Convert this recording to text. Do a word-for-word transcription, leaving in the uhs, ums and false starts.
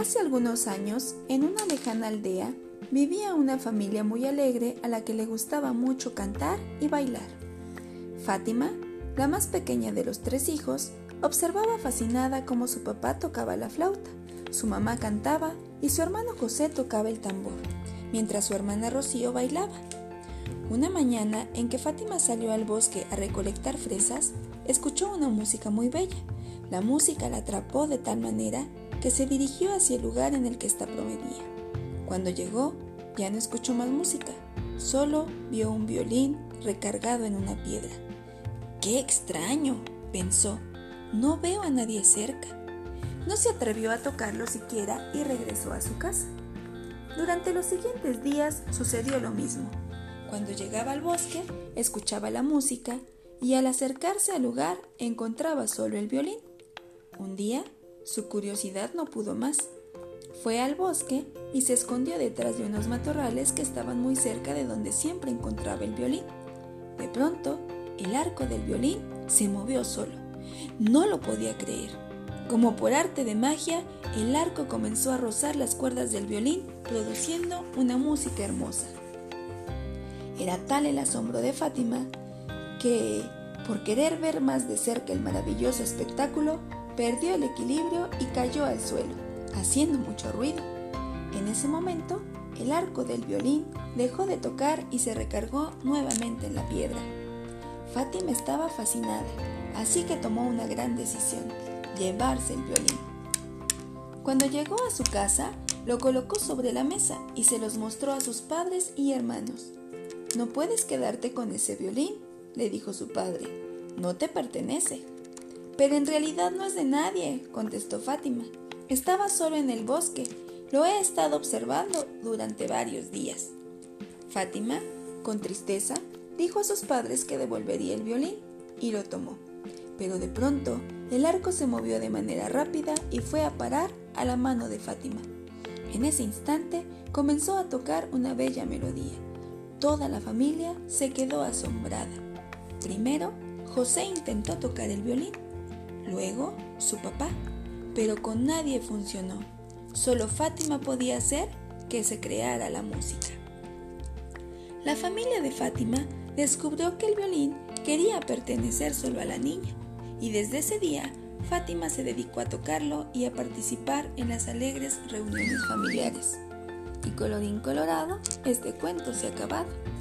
Hace algunos años, en una lejana aldea, vivía una familia muy alegre a la que le gustaba mucho cantar y bailar. Fátima, la más pequeña de los tres hijos, observaba fascinada cómo su papá tocaba la flauta, su mamá cantaba y su hermano José tocaba el tambor, mientras su hermana Rocío bailaba. Una mañana en que Fátima salió al bosque a recolectar fresas, escuchó una música muy bella. La música la atrapó de tal manera que se dirigió hacia el lugar en el que ésta provenía. Cuando llegó, ya no escuchó más música, solo vio un violín recargado en una piedra. ¡Qué extraño!, pensó, no veo a nadie cerca. No se atrevió a tocarlo siquiera y regresó a su casa. Durante los siguientes días sucedió lo mismo. Cuando llegaba al bosque, escuchaba la música y al acercarse al lugar encontraba solo el violín. Un día, su curiosidad no pudo más. Fue al bosque y se escondió detrás de unos matorrales que estaban muy cerca de donde siempre encontraba el violín. De pronto, el arco del violín se movió solo. No lo podía creer. Como por arte de magia, el arco comenzó a rozar las cuerdas del violín, produciendo una música hermosa. Era tal el asombro de Fátima que, por querer ver más de cerca el maravilloso espectáculo, perdió el equilibrio y cayó al suelo, haciendo mucho ruido. En ese momento, el arco del violín dejó de tocar y se recargó nuevamente en la piedra. Fátima estaba fascinada, así que tomó una gran decisión: llevarse el violín. Cuando llegó a su casa, lo colocó sobre la mesa y se los mostró a sus padres y hermanos. «No puedes quedarte con ese violín», le dijo su padre, «no te pertenece». «Pero en realidad no es de nadie», contestó Fátima. «Estaba solo en el bosque, lo he estado observando durante varios días». Fátima, con tristeza, dijo a sus padres que devolvería el violín y lo tomó. Pero de pronto, el arco se movió de manera rápida y fue a parar a la mano de Fátima. En ese instante, comenzó a tocar una bella melodía. Toda la familia se quedó asombrada. Primero, José intentó tocar el violín, luego su papá, pero con nadie funcionó. Solo Fátima podía hacer que se creara la música. La familia de Fátima descubrió que el violín quería pertenecer solo a la niña, y desde ese día Fátima se dedicó a tocarlo y a participar en las alegres reuniones familiares. Y colorín colorado, este cuento se ha acabado.